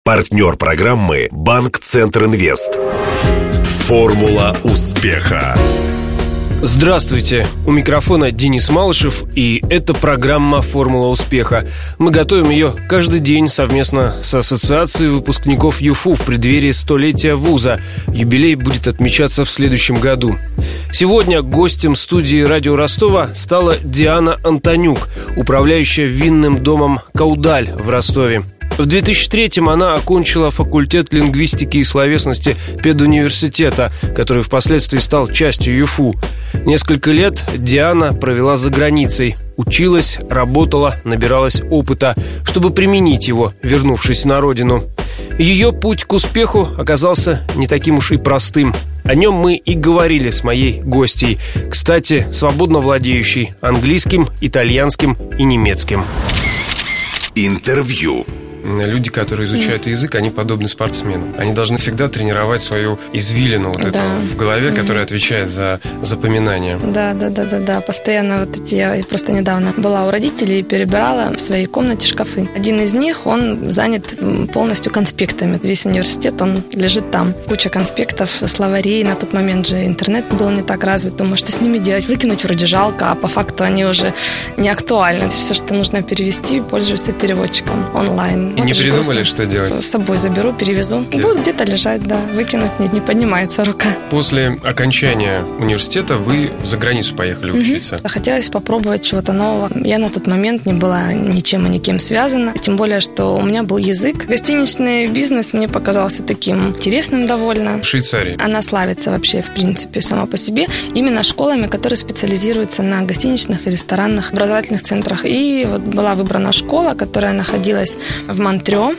Партнер программы «Банк Центр Инвест». Формула успеха. Здравствуйте, у микрофона Денис Малышев, и это программа «Формула успеха». Мы готовим ее каждый день совместно с Ассоциацией выпускников ЮФУ в преддверии 100-летия вуза. Юбилей будет отмечаться в следующем году. Сегодня гостем студии радио Ростова стала Диана Антонюк, управляющая винным домом «Каудаль» в Ростове. В 2003-м она окончила факультет лингвистики и словесности педуниверситета, который впоследствии стал частью ЮФУ. Несколько лет Диана провела за границей. Училась, работала, набиралась опыта, чтобы применить его, вернувшись на родину. Ее путь к успеху оказался не таким уж и простым. О нем мы и говорили с моей гостьей. Кстати, свободно владеющей английским, итальянским и немецким. Интервью. Люди, которые изучают язык, они подобны спортсменам. Они должны всегда тренировать свою извилину эту в голове, которая отвечает за запоминание. Да. Постоянно я просто недавно была у родителей и перебирала в своей комнате шкафы. Один из них, он занят полностью конспектами. Весь университет, он лежит там. Куча конспектов, словарей. На тот момент же интернет был не так развит. Думаю, что с ними делать? Выкинуть вроде жалко, а по факту они уже не актуальны. Все, что нужно перевести, пользуюсь переводчиком онлайн. И не придумали, что делать? С собой заберу, перевезу. Будут где-то лежать, выкинуть не поднимается рука. После окончания университета вы за границу поехали учиться. Хотелось попробовать чего-то нового. Я на тот момент не была ничем и никем связана. Тем более, что у меня был язык. Гостиничный бизнес мне показался таким интересным довольно. В Швейцарии? Она славится вообще, в принципе, сама по себе именно школами, которые специализируются на гостиничных и ресторанных образовательных центрах. И вот была выбрана школа, которая находилась в Монтрё.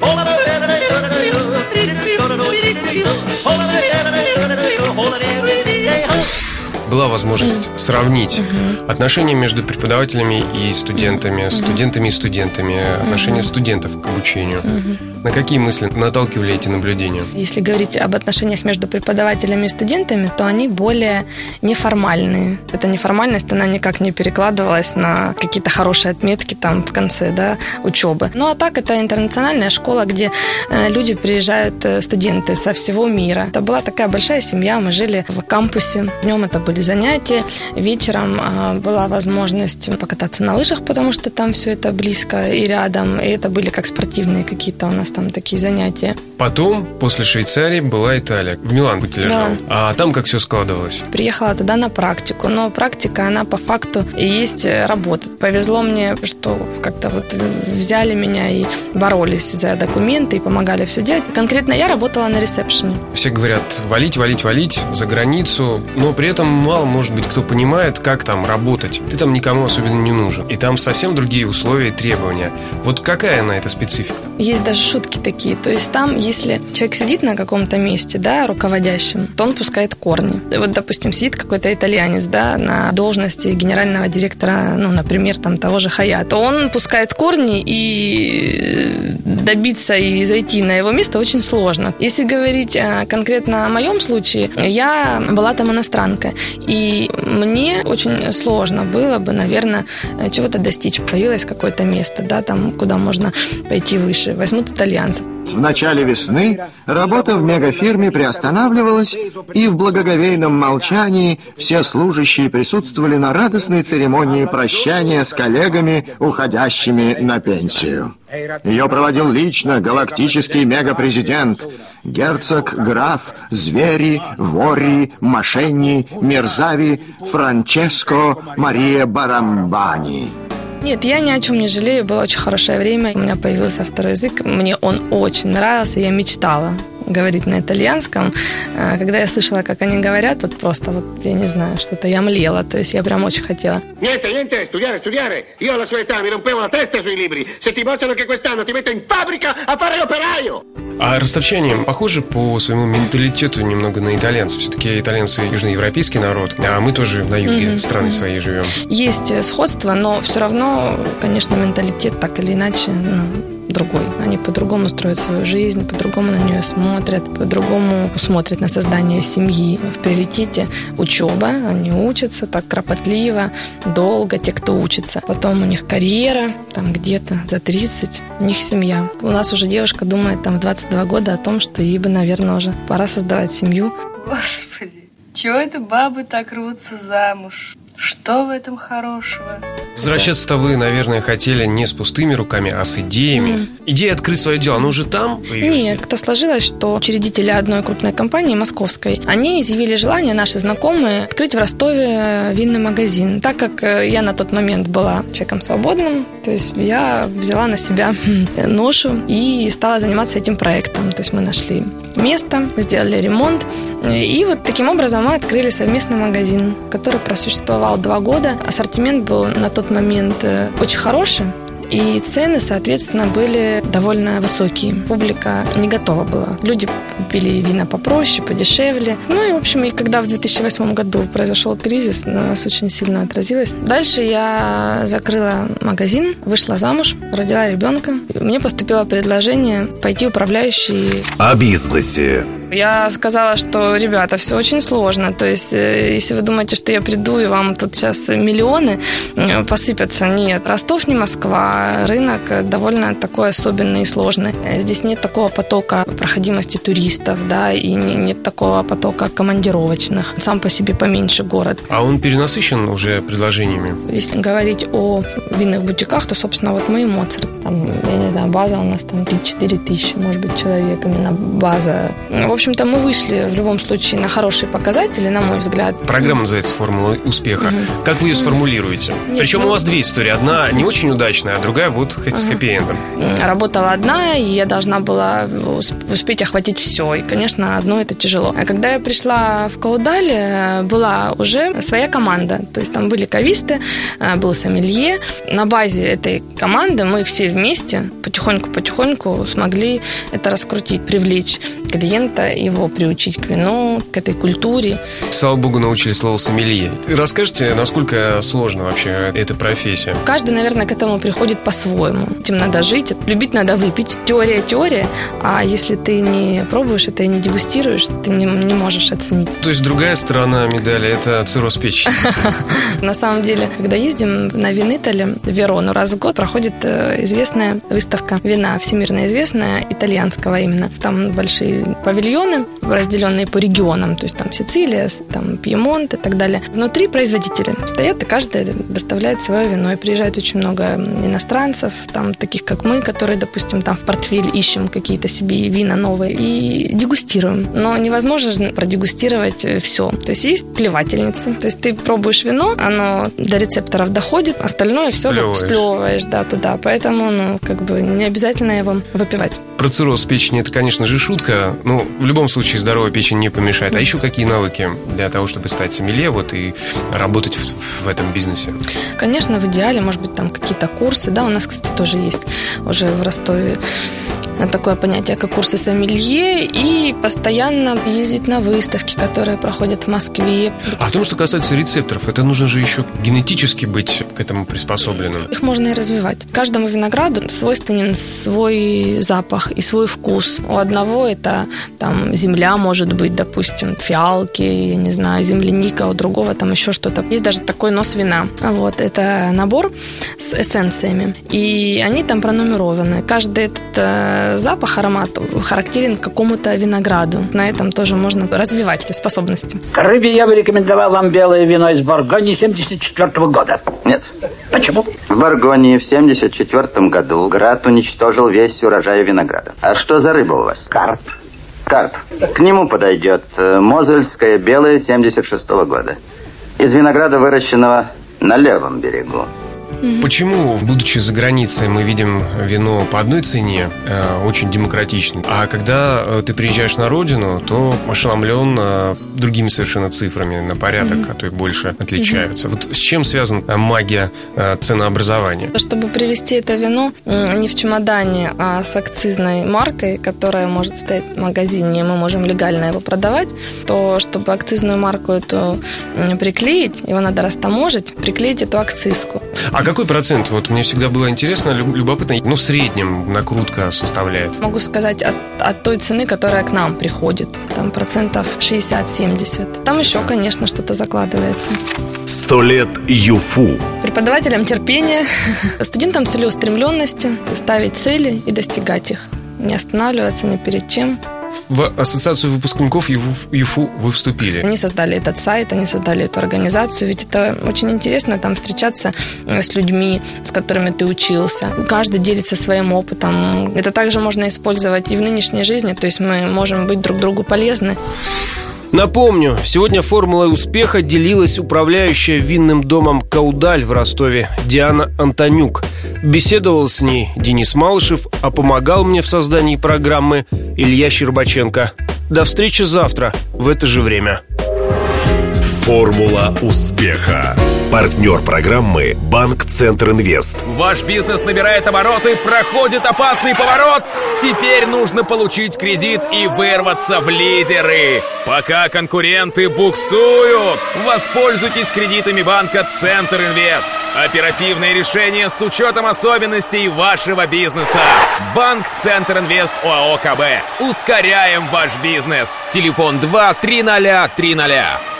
Была возможность сравнить отношения между преподавателями и студентами, студентами и студентами, отношения студентов к обучению. На какие мысли наталкивали эти наблюдения? Если говорить об отношениях между преподавателями и студентами, то они более неформальные. Эта неформальность, она никак не перекладывалась на какие-то хорошие отметки там в конце учебы. Ну а так, это интернациональная школа, где люди приезжают, студенты со всего мира. Это была такая большая семья, мы жили в кампусе. Днем это были занятия, вечером была возможность покататься на лыжах, потому что там все это близко и рядом, и это были как спортивные какие-то у нас там такие занятия. Потом, после Швейцарии, была Италия. В Милан будь лежал. Да. А там как все складывалось? Приехала туда на практику, но практика, она по факту и есть работа. Повезло мне, что как-то взяли меня и боролись за документы и помогали все делать. Конкретно я работала на ресепшене. Все говорят, валить за границу, но при этом мало, может быть, кто понимает, как там работать. Ты там никому особенно не нужен. И там совсем другие условия и требования. Вот какая на это специфика? Есть даже шутки такие. То есть там, если человек сидит на каком-то месте, руководящем, то он пускает корни. Вот, допустим, сидит какой-то итальянец, на должности генерального директора, например, того же Хаят, то он пускает корни, и добиться и зайти на его место очень сложно. Если говорить конкретно о моем случае, я была там иностранка, и мне очень сложно было бы, наверное, чего-то достичь. Появилось какое-то место, там, куда можно пойти выше. Возьмут итальянцев. В начале весны работа в мегафирме приостанавливалась, и в благоговейном молчании все служащие присутствовали на радостной церемонии прощания с коллегами, уходящими на пенсию. Ее проводил лично галактический мегапрезидент, герцог, граф, звери, вори, мошенни, мерзави Франческо Мария Барамбани. Нет, я ни о чем не жалею, было очень хорошее время. У меня появился второй язык, мне он очень нравился, я мечтала говорить на итальянском. Когда я слышала, как они говорят, я не знаю, что-то я млела, то есть я прям очень хотела. Niente, studiare. Io alla sua età mi rompevo la testa sui libri. Se ti bocciano anche quest'anno, ti metto in fabbrica a fare l'operaio. А ростовчане похожи по своему менталитету немного на итальянцев. Все-таки итальянцы южноевропейский народ, а мы тоже на юге страны своей живем. Есть сходство, но все равно, конечно, менталитет так или иначе другой. Они по-другому строят свою жизнь, по-другому на нее смотрят, по-другому смотрят на создание семьи. В приоритете учеба. Они учатся так кропотливо, долго, те, кто учится. Потом у них карьера, там где-то за 30, у них семья. У нас уже девушка думает там в 22 года о том, что ей бы, наверное, уже пора создавать семью. Господи, чего это бабы так рвутся замуж? Что в этом хорошего? Возвращаться-то вы, наверное, хотели не с пустыми руками, а с идеями. Идея открыть свое дело, она уже там появилась? Нет, как-то сложилось, что учредители одной крупной компании, московской, они изъявили желание, наши знакомые, открыть в Ростове винный магазин. Так как я на тот момент была человеком свободным, то есть я взяла на себя ношу и стала заниматься этим проектом. То есть мы нашли место, сделали ремонт, и вот таким образом мы открыли совместный магазин, который просуществовал 2 года. Ассортимент был на тот момент очень хороший, и цены, соответственно, были довольно высокие. Публика не готова была. Люди пили вина попроще, подешевле. Ну и, в общем, и когда в 2008 году произошел кризис, нас очень сильно отразилось. Дальше я закрыла магазин, вышла замуж, родила ребенка. Мне поступило предложение пойти управляющей. О бизнесе. Я сказала, что, ребята, все очень сложно. То есть, если вы думаете, что я приду и вам тут сейчас миллионы посыпятся, нет. Ростов не Москва, рынок довольно такой особенный и сложный. Здесь нет такого потока проходимости туристов, да, и нет такого потока командировочных. Сам по себе поменьше город. А он перенасыщен уже предложениями? Если говорить о винных бутиках, то, собственно, вот мы и Моцарт. Там, я не знаю, база у нас там 3-4 тысячи, может быть, человек, именно база. В общем-то, мы вышли в любом случае на хорошие показатели, на мой взгляд. Программа называется «Формула успеха». Как вы ее сформулируете? Нет, причем у вас 2 истории. Одна не очень удачная, а другая вот хоть с хэппи-эндом. Работала одна, и я должна была успеть охватить все. И, конечно, одно это тяжело. А когда я пришла в Каудаль, была уже своя команда. То есть там были кависты, был сомелье. На базе этой команды мы все вместе потихоньку смогли это раскрутить, привлечь клиента, его приучить к вину, к этой культуре. Слава богу, научили слово «сомелье». Расскажите, насколько сложна вообще эта профессия? Каждый, наверное, к этому приходит по-своему. Этим надо жить, любить надо выпить. Теория, а если ты не пробуешь это и не дегустируешь, ты не можешь оценить. То есть другая сторона медали – это цирроз печени. На самом деле, когда ездим на Винитале в Верону, раз в год проходит известная выставка вина, всемирно известная, итальянского именно. Там большие павильоны, разделенные по регионам, то есть там Сицилия, там Пьемонт и так далее. Внутри производители стоят, и каждый доставляет свое вино. И приезжает очень много иностранцев, там таких, как мы, которые, допустим, там в портфель ищем какие-то себе вина новые и дегустируем. Но невозможно продегустировать все. То есть плевательницы. То есть ты пробуешь вино, оно до рецепторов доходит, остальное все сплевываешь, да, туда. Поэтому, не обязательно его выпивать. Про цирроз печени это, конечно же, шутка. Но в любом случае здоровая печень не помешает. А еще какие навыки для того, чтобы стать сомелье и работать в этом бизнесе? Конечно, в идеале, может быть, там какие-то курсы. Да, у нас, кстати, тоже есть уже в Ростове такое понятие, как курсы сомелье, и постоянно ездить на выставки, которые проходят в Москве. А в том, что касается рецепторов, это нужно же еще генетически быть к этому приспособленным. Их можно и развивать. Каждому винограду свойственен свой запах и свой вкус. У одного это там земля, может быть, допустим, фиалки, я не знаю, земляника, у другого там еще что-то. Есть даже такой нос вина. Это набор с эссенциями, и они там пронумерованы. Каждый этот запах, аромат характерен какому-то винограду. На этом тоже можно развивать эти способности. К рыбе я бы рекомендовал вам белое вино из Боргонии 74 года. Нет. Почему? В Боргонии в 74 году град уничтожил весь урожай винограда. А что за рыба у вас? Карп. Карп. К нему подойдет мозельское белое 76 года. Из винограда, выращенного на левом берегу. Почему, будучи за границей, мы видим вино по одной цене, очень демократично, а когда ты приезжаешь на родину, то ошеломлен другими совершенно цифрами, на порядок, а то и больше отличаются. Вот с чем связана магия ценообразования? Чтобы привезти это вино не в чемодане, а с акцизной маркой, которая может стоять в магазине, и мы можем легально его продавать, то чтобы акцизную марку эту приклеить, его надо растаможить, приклеить эту акцизку. А какой процент? Вот мне всегда было интересно, любопытно, в среднем накрутка составляет? Могу сказать от той цены, которая к нам приходит. Там 60-70%. Там еще, конечно, что-то закладывается. 100 лет ЮФУ. Преподавателям терпения, студентам целеустремленности, ставить цели и достигать их. Не останавливаться ни перед чем. В ассоциацию выпускников ЮФУ вы вступили. Они создали этот сайт, они создали эту организацию. Ведь это очень интересно, там встречаться с людьми, с которыми ты учился. Каждый делится своим опытом. Это также можно использовать и в нынешней жизни. То есть мы можем быть друг другу полезны. Напомню, сегодня формулой успеха делилась управляющая винным домом «Каудаль» в Ростове Диана Антонюк. Беседовал с ней Денис Малышев, а помогал мне в создании программы Илья Щербаченко. До встречи завтра в это же время. Формула успеха. Партнер программы «Банк Центр Инвест». Ваш бизнес набирает обороты, проходит опасный поворот. Теперь нужно получить кредит и вырваться в лидеры. Пока конкуренты буксуют, воспользуйтесь кредитами банка Центр Инвест. Оперативное решение с учетом особенностей вашего бизнеса. Банк Центр Инвест ОАО КБ. Ускоряем ваш бизнес. Телефон 2 300 300.